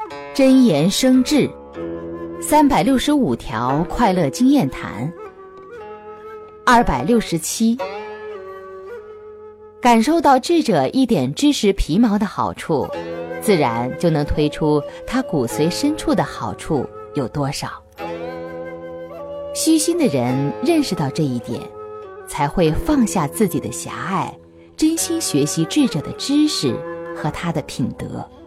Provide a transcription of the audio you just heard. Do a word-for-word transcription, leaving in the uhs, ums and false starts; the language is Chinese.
真言生智，三百六十五条快乐经验谈。二百六十七，感受到智者一点知识皮毛的好处，自然就能推出他骨髓深处的好处有多少。虚心的人认识到这一点，才会放下自己的狭隘，真心学习智者的知识和他的品德。